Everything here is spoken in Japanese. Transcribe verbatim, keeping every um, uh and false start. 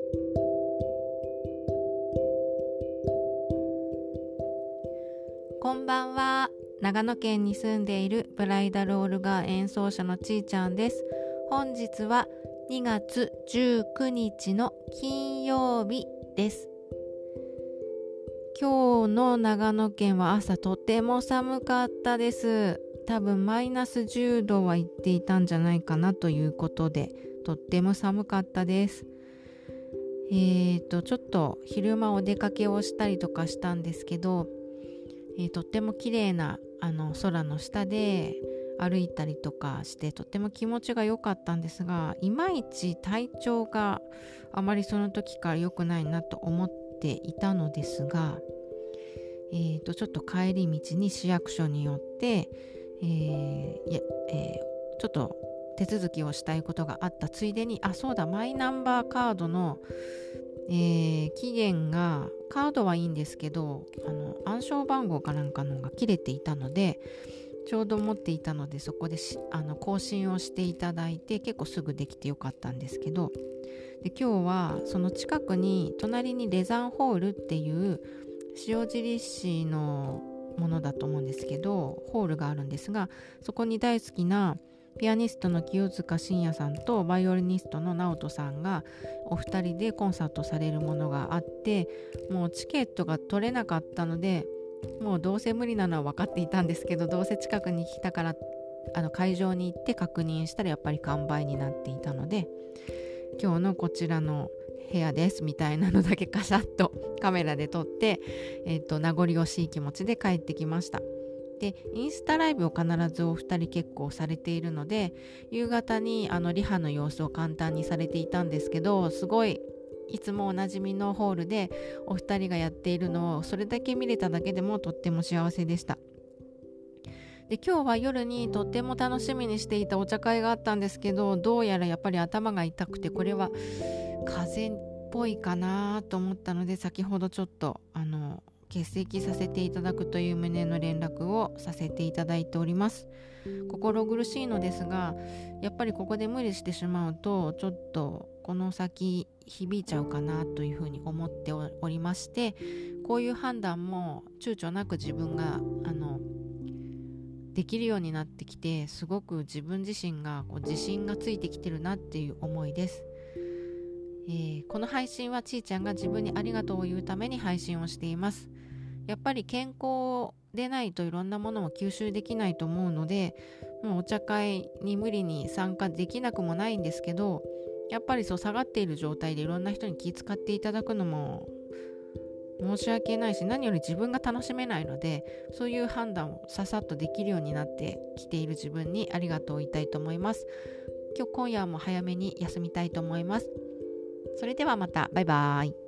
こんばんは。長野県に住んでいるブライダルオルガン演奏者のちーちゃんです。本日はにがつじゅうくにちの金曜日です。今日の長野県は朝とても寒かったです。多分マイナスじゅうどは行っていたんじゃないかなということで、とっても寒かったです。えーとちょっと昼間お出かけをしたりとかしたんですけど、えー、とっても綺麗なあの空の下で歩いたりとかしてとっても気持ちが良かったんですが、いまいち体調があまりその時から良くないなと思っていたのですが、えー、とちょっと帰り道に市役所によって、えーやえー、ちょっと手続きをしたいことがあったついでに、あ、そうだ、マイナンバーカードのえー、期限がカードはいいんですけど、あの暗証番号かなんかのが切れていたので、ちょうど持っていたのでそこでしあの更新をしていただいて、結構すぐできてよかったんですけど、で今日はその近くに隣にレザンホールっていう塩尻市のものだと思うんですけど、ホールがあるんですが、そこに大好きなピアニストの清塚信也さんとバイオリニストの直人さんがお二人でコンサートされるものがあって、もうチケットが取れなかったので、もうどうせ無理なのは分かっていたんですけど、どうせ近くに来たからあの会場に行って確認したらやっぱり完売になっていたので、今日のこちらの部屋ですみたいなのだけカシャッとカメラで撮って、えーと、名残惜しい気持ちで帰ってきました。でインスタライブを必ずお二人結構されているので、夕方にあのリハの様子を簡単にされていたんですけど、すごいいつもおなじみのホールでお二人がやっているのをそれだけ見れただけでもとっても幸せでした。で今日は夜にとっても楽しみにしていたお茶会があったんですけど、どうやらやっぱり頭が痛くて、これは風邪っぽいかなと思ったので、先ほどちょっとあの欠席させていただくという旨の連絡をさせていただいております。心苦しいのですが、やっぱりここで無理してしまうとちょっとこの先響いちゃうかなというふうに思っておりまして、こういう判断も躊躇なく自分があのできるようになってきて、すごく自分自身がこう自信がついてきてるなっていう思いです。えー、この配信はちーちゃんが自分にありがとうを言うために配信をしています。やっぱり健康でないといろんなものも吸収できないと思うので、もうお茶会に無理に参加できなくもないんですけど、やっぱりそう下がっている状態でいろんな人に気遣っていただくのも申し訳ないし、何より自分が楽しめないので、そういう判断をささっとできるようになってきている自分にありがとうを言いたいと思います。今日今夜も早めに休みたいと思います。それではまた、バイバイ。